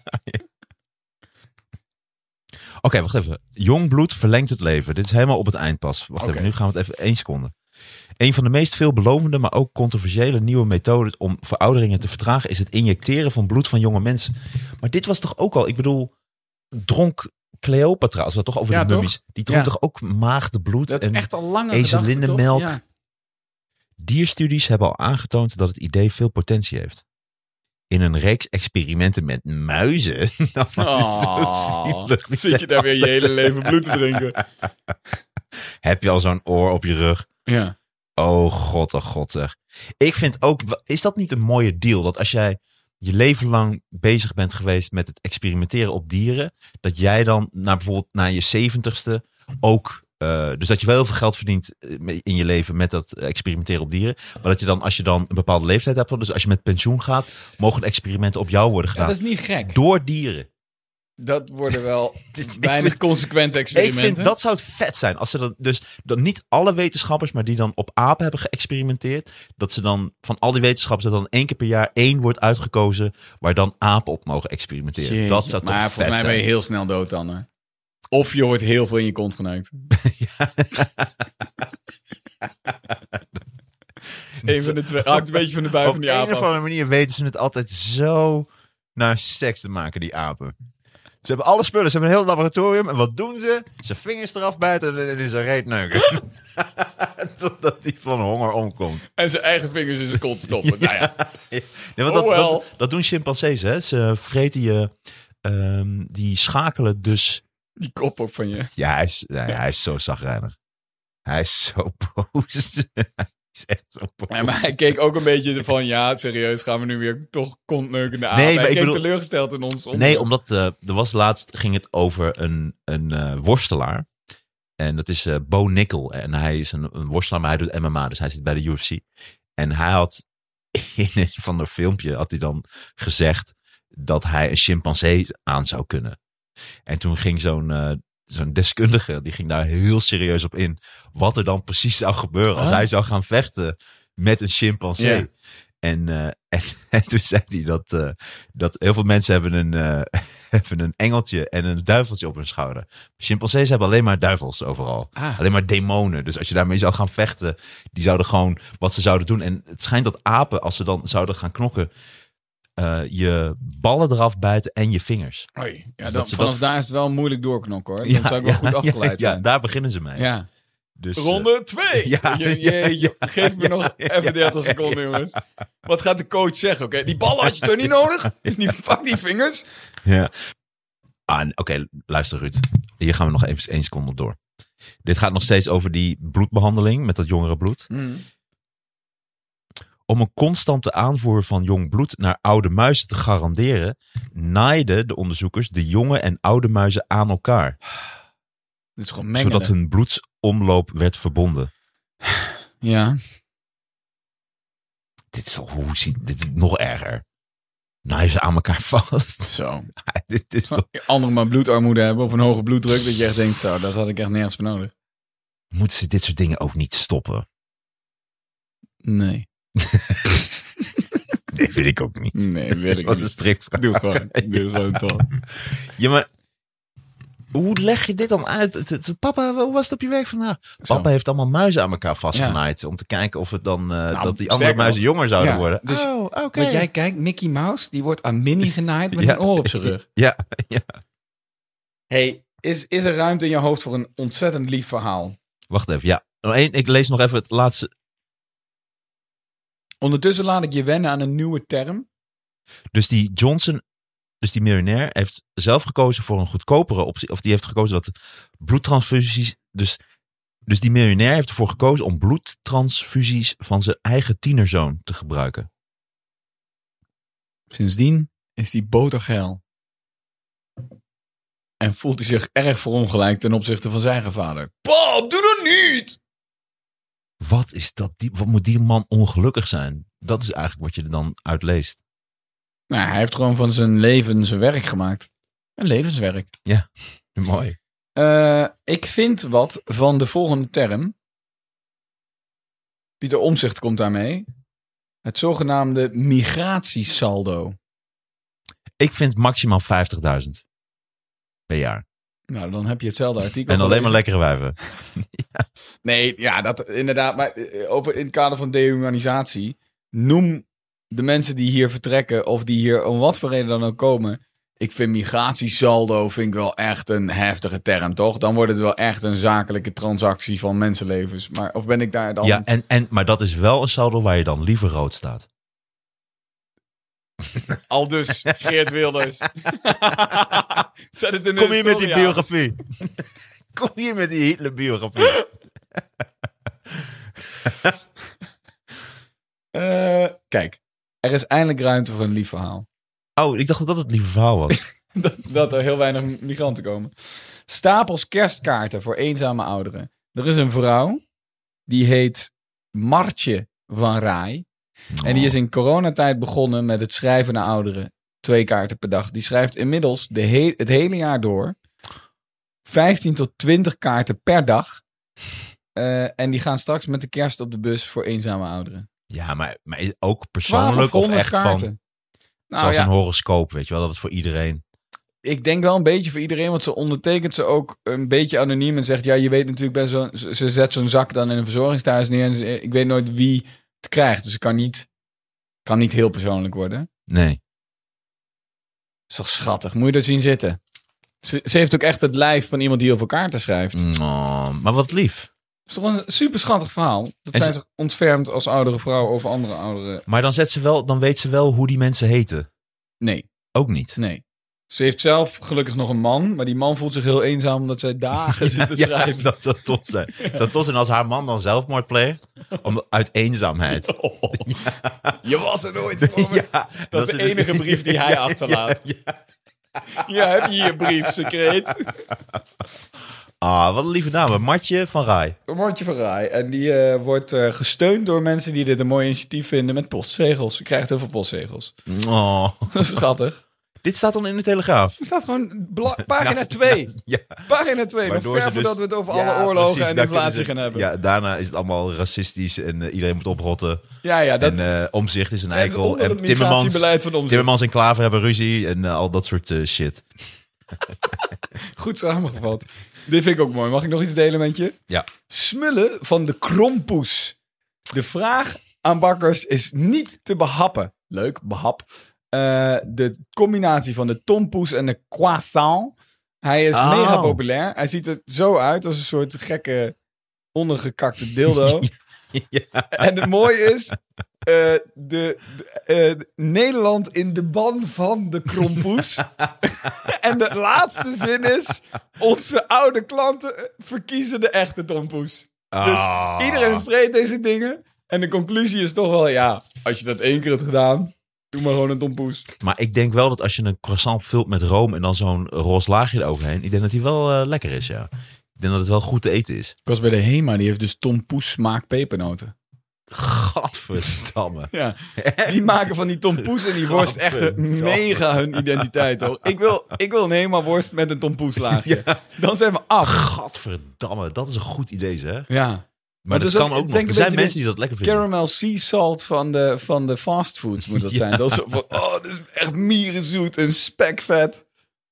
Oké, wacht even. Jong bloed verlengt het leven. Dit is helemaal op het eind pas. Wacht even, nu gaan we het even 1 seconde. Een van de meest veelbelovende, maar ook controversiële nieuwe methoden om verouderingen te vertragen is het injecteren van bloed van jonge mensen. Maar dit was toch ook al, ik bedoel, dronk Cleopatra, als we het toch over de mummies, die dronk toch ook maagdenbloed dat is en echt al lange ezelinnenmelk. Ja. Dierstudies hebben al aangetoond dat het idee veel potentie heeft. In een reeks experimenten met muizen. Zit je daar weer je hele leven bloed te drinken? Heb je al zo'n oor op je rug? Ja. Oh god zeg. Ik vind ook, is dat niet een mooie deal? Dat als jij je leven lang bezig bent geweest met het experimenteren op dieren, dat jij dan bijvoorbeeld na je 70ste ook, dus dat je wel heel veel geld verdient in je leven met dat experimenteren op dieren. Maar dat je dan, als je dan een bepaalde leeftijd hebt, dus als je met pensioen gaat, mogen de experimenten op jou worden gedaan. Ja, dat is niet gek. Door dieren. Dat worden wel weinig consequente experimenten. Ik vind dat zou het vet zijn. Als ze dan niet alle wetenschappers, maar die dan op apen hebben geëxperimenteerd. Dat ze dan van al die wetenschappers, dat dan 1 keer per jaar 1 wordt uitgekozen waar dan apen op mogen experimenteren. Jeetje, dat zou toch vet zijn. Maar volgens mij ben je heel snel dood dan. Hè? Of je wordt heel veel in je kont geneukt. Een van de twee. Hangt een beetje van de bui van die apen. Op een of andere manier weten ze het altijd zo naar seks te maken, die apen. Ze hebben alle spullen, ze hebben een heel laboratorium. En wat doen ze? Ze vingers eraf bijten en is een reet neuken. Totdat hij van honger omkomt. En zijn eigen vingers in zijn kont stoppen. Nou ja. Nee, dat doen chimpansees, hè. Ze vreten je... die schakelen dus... Die kop op van je. Ja, hij is zo chagrijnig. Hij is zo boos. Is echt zo boos. Ja, maar hij keek ook een beetje van, ja, serieus, gaan we nu weer toch kontneukende aan. Nee, hij keek teleurgesteld in ons. Nee, omdat er was laatst, ging het over een worstelaar. En dat is Bo Nickel. En hij is een worstelaar, maar hij doet MMA, dus hij zit bij de UFC. En hij had in een van de filmpje, had hij dan gezegd, dat hij een chimpansee aan zou kunnen. En toen ging zo'n deskundige, die ging daar heel serieus op in. Wat er dan precies zou gebeuren als hij zou gaan vechten met een chimpansee. Ja. En toen zei hij dat heel veel mensen hebben een engeltje en een duiveltje op hun schouder. Chimpansees hebben alleen maar duivels overal. Alleen maar demonen. Dus als je daarmee zou gaan vechten, die zouden gewoon wat ze zouden doen. En het schijnt dat apen, als ze dan zouden gaan knokken, je ballen eraf buiten en je vingers. Oei, ja, dus vanaf daar is het wel moeilijk doorknokken hoor. Dan zou ik wel goed afgeleid zijn. Ja, daar beginnen ze mee. Ja. Dus, Ronde 2. Geef me nog even 30 seconden, jongens. Wat gaat de coach zeggen? Oké, die ballen had je toch niet nodig? Fuck die vingers. Ja. Oké, luister Ruud. Hier gaan we nog even 1 seconde door. Dit gaat nog steeds over die bloedbehandeling met dat jongere bloed. Om een constante aanvoer van jong bloed naar oude muizen te garanderen, naaiden de onderzoekers de jonge en oude muizen aan elkaar. Dit is gewoon mengelen. Zodat hun bloedsomloop werd verbonden. Ja. Dit is nog erger. Naaien ze aan elkaar vast. Zo. Dit is toch... Anderen maar bloedarmoede hebben of een hoge bloeddruk, dat je echt denkt, zo, dat had ik echt nergens voor nodig. Moeten ze dit soort dingen ook niet stoppen? Nee. Nee, weet ik ook niet. Nee, weet ik Wat niet. een strikvraag. Doe gewoon toch. Ja, maar hoe leg je dit dan uit? Papa, hoe was het op je werk vandaag? Papa heeft allemaal muizen aan elkaar vastgenaaid. Om te kijken of het dan dat die andere muizen jonger zouden worden. Dus wat jij kijkt, Mickey Mouse, die wordt aan Minnie genaaid met een oor op zijn rug. Ja. Hey, is er ruimte in je hoofd voor een ontzettend lief verhaal? Wacht even, ja. Ik lees nog even het laatste. Ondertussen laat ik je wennen aan een nieuwe term. Dus die Johnson, die miljonair, heeft zelf gekozen voor een goedkopere optie. Of die heeft gekozen dat bloedtransfusies. Dus die miljonair heeft ervoor gekozen om bloedtransfusies van zijn eigen tienerzoon te gebruiken. Sindsdien is hij botergeil. En voelt hij zich erg verongelijkt ten opzichte van zijn eigen vader. Pap, doe dat niet! Wat is dat? Wat moet die man ongelukkig zijn? Dat is eigenlijk wat je er dan uit leest. Nou, hij heeft gewoon van zijn leven zijn werk gemaakt. Een levenswerk. Ja, mooi. Ik vind wat van de volgende term. Pieter Omtzigt komt daarmee. Het zogenaamde migratiesaldo. Ik vind maximaal 50.000 per jaar. Nou, dan heb je hetzelfde artikel. En alleen maar lekkere wijven. Ja. Nee, ja, dat inderdaad. Maar over in het kader van dehumanisatie. Noem de mensen die hier vertrekken of die hier om wat voor reden dan ook komen. Ik vind migratiesaldo wel echt een heftige term, toch? Dan wordt het wel echt een zakelijke transactie van mensenlevens. Maar of ben ik daar dan... Ja, maar dat is wel een saldo waar je dan liever rood staat. Aldus, Geert Wilders. Zet het in Kom hier met die biografie. Kom hier met die Hitler-biografie. Kijk, er is eindelijk ruimte voor een lief verhaal. Oh, ik dacht dat dat het lieve verhaal was. dat er heel weinig migranten komen. Stapels kerstkaarten voor eenzame ouderen. Er is een vrouw, die heet Martje van Rij. Oh. En die is in coronatijd begonnen met het schrijven naar ouderen. 2 kaarten per dag. Die schrijft inmiddels het hele jaar door 15 tot 20 kaarten per dag. En die gaan straks met de kerst op de bus voor eenzame ouderen. Ja, maar ook persoonlijk of echt kaarten. Zoals een horoscoop, weet je wel, dat het voor iedereen... Ik denk wel een beetje voor iedereen, want ze ondertekent ze ook een beetje anoniem en zegt, ja, je weet natuurlijk ze zet zo'n zak dan in een verzorgingstehuis neer en ik weet nooit wie het krijgt, dus het kan niet heel persoonlijk worden. Nee. Dat is toch schattig, moet je er zien zitten. Ze heeft ook echt het lijf van iemand die heel veel kaarten schrijft. Oh, maar wat lief. Het is toch een super schattig verhaal. Dat zijn ze ontfermd als oudere vrouw over andere ouderen. Maar dan weet ze wel hoe die mensen heten. Nee. Ook niet? Nee. Ze heeft zelf gelukkig nog een man, maar die man voelt zich heel eenzaam omdat zij dagen zit te schrijven. Ja, dat zou tof zijn. Het zou tof zijn als haar man dan zelfmoord pleegt uit eenzaamheid. Oh, ja. Je was er nooit voor me. Ja, dat is de enige brief die hij achterlaat. Ja, heb je je brief, secreet. Ah, wat een lieve naam. Martje van Rij. Martje van Rij. En die wordt gesteund door mensen die dit een mooi initiatief vinden met postzegels. Ze krijgt heel veel postzegels. Oh. Dat is schattig. Dit staat dan in de Telegraaf. Het staat gewoon pagina 2. Ja. Pagina 2. Nog ver voordat we het over alle oorlogen en inflatie gaan hebben. Ja, daarna is het allemaal racistisch en iedereen moet oprotten. Ja, dat... En Omtzigt is een eikel. En Timmermans en Klaver hebben ruzie en al dat soort shit. Goed samengevat. Dit vind ik ook mooi. Mag ik nog iets delen met je? Ja. Smullen van de krompoes. De vraag aan bakkers is niet te behappen. Leuk, behap. De combinatie van de tompoes en de croissant. Hij is mega populair. Hij ziet er zo uit als een soort gekke ondergekakte dildo. Ja. En het mooie is... Nederland in de ban van de krompoes. En de laatste zin is... Onze oude klanten verkiezen de echte tompoes. Dus iedereen vreet deze dingen. En de conclusie is toch wel... Ja, als je dat 1 keer hebt gedaan... Doe maar gewoon een tompoes. Maar ik denk wel dat als je een croissant vult met room... en dan zo'n roze laagje eroverheen... ik denk dat die wel lekker is, ja. Ik denk dat het wel goed te eten is. Ik was bij de Hema, die heeft dus tompoes smaak pepernoten. Gadverdamme. Ja, die maken van die tompoes en die worst echt mega hun identiteit, hoor. Ik wil een Hema-worst met een tompoeslaagje. Ja. Dan zijn we af. Gadverdamme, dat is een goed idee, zeg. Ja. Maar dat kan ook nog. Er zijn mensen die dat lekker vinden. Caramel sea salt van de fastfoods moet dat zijn. Dat is zo van, dit is echt mierenzoet en spekvet.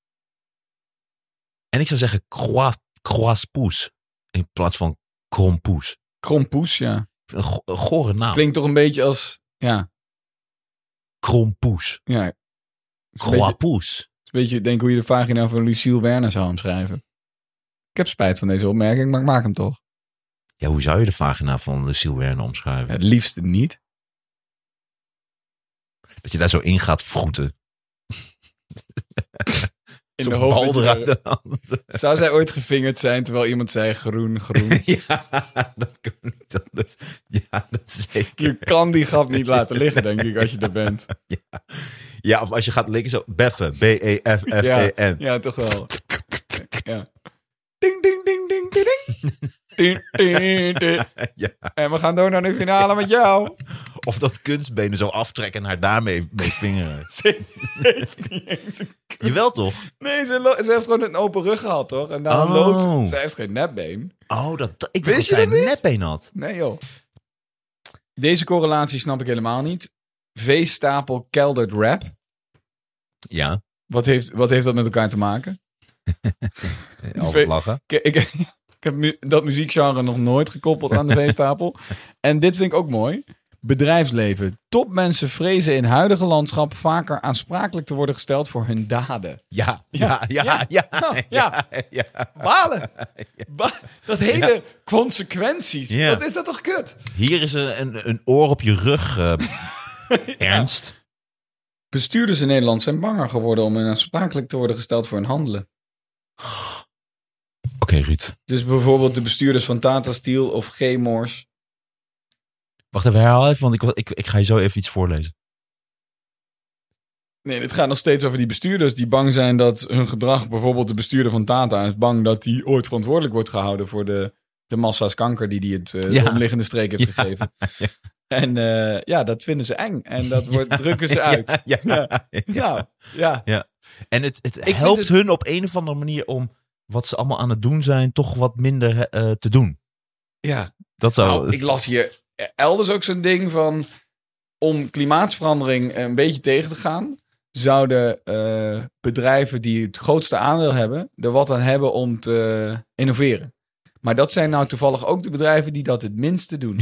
En ik zou zeggen croisspoes in plaats van krompoes. Krompoes, ja. Een gore naam. Klinkt toch een beetje als, ja. Krompoes. Ja. Croisspoes. Een beetje, denk hoe je de vagina van Lucille Werner zou omschrijven. Ik heb spijt van deze opmerking, maar ik maak hem toch. Ja, hoe zou je de vagina van Lucille Werner omschrijven? Ja, het liefst niet. Dat je daar zo in gaat vroeten. In de hoop zou zij ooit gevingerd zijn terwijl iemand zei groen? Ja, dat kan niet anders. Ja, dat zeker. Je kan die grap niet laten liggen, denk ik, als je er bent. Ja, of als je gaat likken zo beffen. B-E-F-F-E-N. Ja, toch wel. Ja. Ding, ding, ding, ding, ding, ding. Ding, ding, ding. Ja. En we gaan door naar de finale met jou. Of dat kunstbenen zo aftrekken en haar daarmee vingeren. Ze heeft niet eens een kunst. Jawel toch? Nee, ze heeft gewoon een open rug gehad, toch? En daarom loopt ze. heeft geen nepbeen. Oh, ik wist dat zij een nepbeen had. Nee, joh. Deze correlatie snap ik helemaal niet. Veestapel keldert rap. Ja. Wat heeft dat met elkaar te maken? Altijd lachen. Ik heb dat muziekgenre nog nooit gekoppeld aan de veestapel. En dit vind ik ook mooi. Bedrijfsleven. Topmensen vrezen in huidige landschap vaker aansprakelijk te worden gesteld voor hun daden. Ja. Balen. Dat hele consequenties. Ja. Wat is dat toch kut? Hier is een oor op je rug. Ernst. Bestuurders in Nederland zijn banger geworden om aansprakelijk te worden gesteld voor hun handelen. Oké, Ruud. Dus bijvoorbeeld de bestuurders van Tata Steel of G-Mors. Wacht even, herhaal even, want ik ga je zo even iets voorlezen. Nee, het gaat nog steeds over die bestuurders die bang zijn dat hun gedrag, bijvoorbeeld de bestuurder van Tata, is bang dat hij ooit verantwoordelijk wordt gehouden voor de massa's kanker die het omliggende streek heeft gegeven. En dat vinden ze eng. En dat drukken ze uit. Ja. En het helpt hun op een of andere manier om wat ze allemaal aan het doen zijn, toch wat minder te doen. Ja. Dat zou... Nou, ik las hier elders ook zo'n ding van, om klimaatsverandering een beetje tegen te gaan, zouden bedrijven die het grootste aandeel hebben, er wat aan hebben om te innoveren. Maar dat zijn nou toevallig ook de bedrijven die dat het minste doen.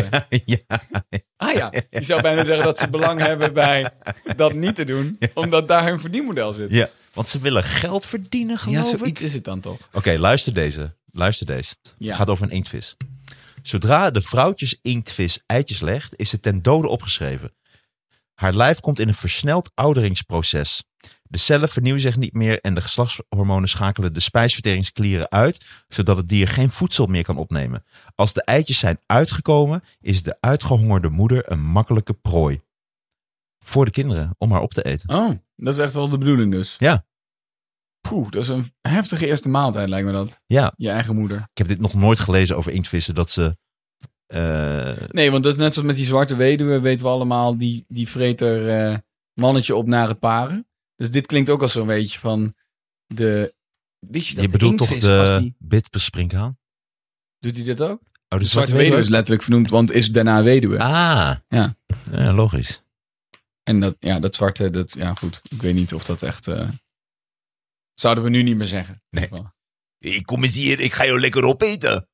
Je zou bijna zeggen dat ze belang hebben bij dat niet te doen, omdat daar hun verdienmodel zit. Ja, want ze willen geld verdienen, geloof ik. Ja, zoiets is het dan toch. Oké, luister deze. Het gaat over een inktvis. Zodra de vrouwtjes inktvis eitjes legt, is ze ten dode opgeschreven. Haar lijf komt in een versneld ouderingsproces. De cellen vernieuwen zich niet meer en de geslachtshormonen schakelen de spijsverteringsklieren uit, zodat het dier geen voedsel meer kan opnemen. Als de eitjes zijn uitgekomen, is de uitgehongerde moeder een makkelijke prooi. Voor de kinderen, om haar op te eten. Oh, dat is echt wel de bedoeling dus. Ja. Poeh, dat is een heftige eerste maaltijd, lijkt me dat. Ja. Je eigen moeder. Ik heb dit nog nooit gelezen over inktvissen, dat ze... Nee, want dat is net zoals met die zwarte weduwe, weten we allemaal, die vreet er mannetje op naar het paren. Dus dit klinkt ook als zo'n beetje van de... Wist je dat je bedoelt toch de die... bitbesprinkhaan? Doet hij dat ook? Oh, de Zwarte Weduwe is letterlijk vernoemd, want is daarna weduwe. Ah. Ja, logisch. En dat zwarte, ja goed. Ik weet niet of dat echt... Zouden we nu niet meer zeggen. Nee. Kom eens hier, ik ga jou lekker opeten.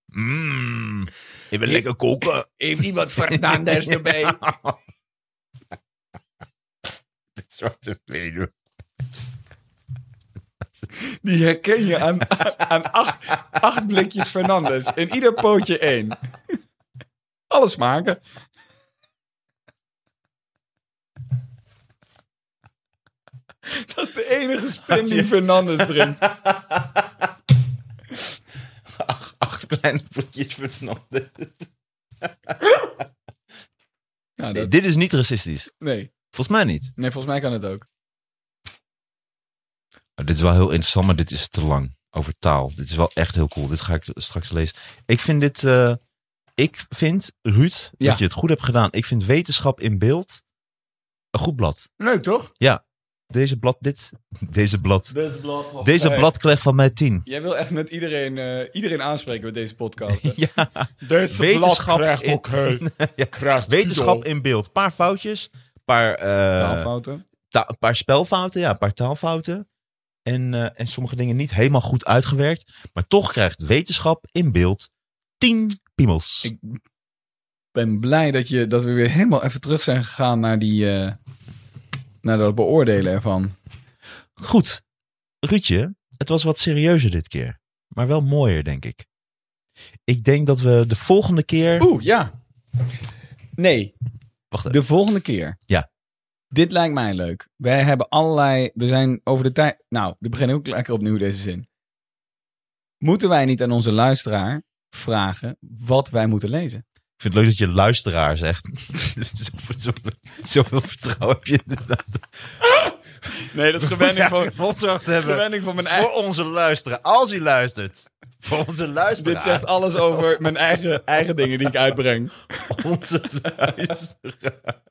Ik wil lekker koken. Heeft iemand Fernandes erbij? De Zwarte Weduwe. Die herken je aan 8 blikjes Fernandes. In ieder pootje 1. Alle smaken. Dat is de enige spin die Fernandes drinkt. 8 kleine blikjes Fernandes. Nou, dit is niet racistisch. Nee. Volgens mij niet. Nee, volgens mij kan het ook. Dit is wel heel interessant, maar dit is te lang. Over taal. Dit is wel echt heel cool. Dit ga ik straks lezen. Ik vind Ruud, dat je het goed hebt gedaan. Ik vind Wetenschap in Beeld een goed blad. Leuk, toch? Ja. Deze blad krijgt van mij 10. Jij wil echt met iedereen aanspreken met deze podcast. Hè? Ja. Deze Wetenschap blad krijgt ook Wetenschap in Beeld. Paar foutjes. Taalfouten. Een paar spelfouten. Ja, een paar taalfouten. En sommige dingen niet helemaal goed uitgewerkt. Maar toch krijgt Wetenschap in Beeld 10 piemels. Ik ben blij dat we weer helemaal even terug zijn gegaan naar naar dat beoordelen ervan. Goed. Ruudje, het was wat serieuzer dit keer. Maar wel mooier, denk ik. Ik denk dat we de volgende keer... Ja. Nee. Wacht even. De volgende keer. Ja. Dit lijkt mij leuk. Wij hebben we zijn over de tijd... Nou, we beginnen ook lekker opnieuw deze zin. Moeten wij niet aan onze luisteraar vragen wat wij moeten lezen? Ik vind het leuk dat je luisteraar zegt. Zoveel vertrouwen heb je inderdaad. Nee, dat is gewenning van mijn eigen... Voor onze luisteraar. Als u luistert. Voor onze luisteraar. Dit zegt alles over mijn eigen dingen die ik uitbreng. Onze luisteraar.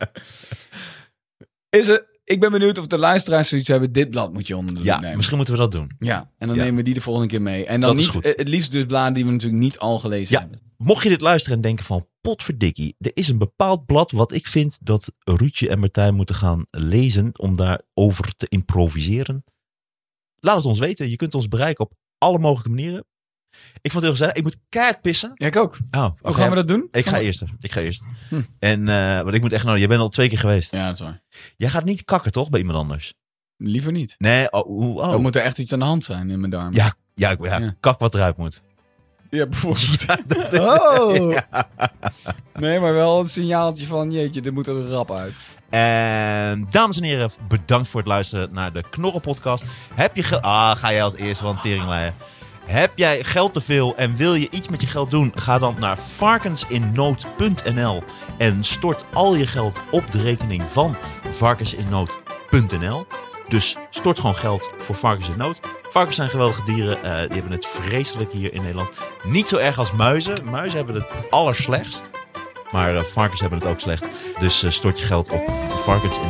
Ik ben benieuwd of de luisteraars zoiets hebben. Dit blad moet je onder de loep nemen. Misschien moeten we dat doen. Ja, en dan nemen we die de volgende keer mee. En dan niet, het liefst dus bladen die we natuurlijk niet al gelezen hebben. Mocht je dit luisteren en denken van potverdikkie, er is een bepaald blad wat ik vind dat Ruudje en Martijn moeten gaan lezen om daarover te improviseren. Laat het ons weten. Je kunt ons bereiken op alle mogelijke manieren. Ik vond het heel gezellig. Ik moet keihard pissen. Ja, ik ook. Hoe gaan we dat doen? Ik ga eerst. En want ik moet echt jij bent al 2 keer geweest. Ja, dat is waar. Jij gaat niet kakken toch bij iemand anders? Liever niet. Nee. Dan moet er echt iets aan de hand zijn in mijn darm. Ja. Kak wat eruit moet. Ja, bijvoorbeeld. Ja. Nee, maar wel een signaaltje van jeetje, er moet er een rap uit. En dames en heren, bedankt voor het luisteren naar de Knorren podcast. Heb je ga jij als eerste van teringleier. Heb jij geld te veel en wil je iets met je geld doen? Ga dan naar varkensinnood.nl en stort al je geld op de rekening van varkensinnood.nl. Dus stort gewoon geld voor Varkens in Nood. Varkens zijn geweldige dieren. Die hebben het vreselijk hier in Nederland. Niet zo erg als muizen. Muizen hebben het allerslechtst. Maar varkens hebben het ook slecht. Dus stort je geld op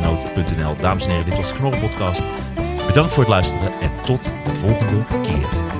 varkensinnood.nl. Dames en heren, dit was de Knorren podcast. Bedankt voor het luisteren en tot de volgende keer.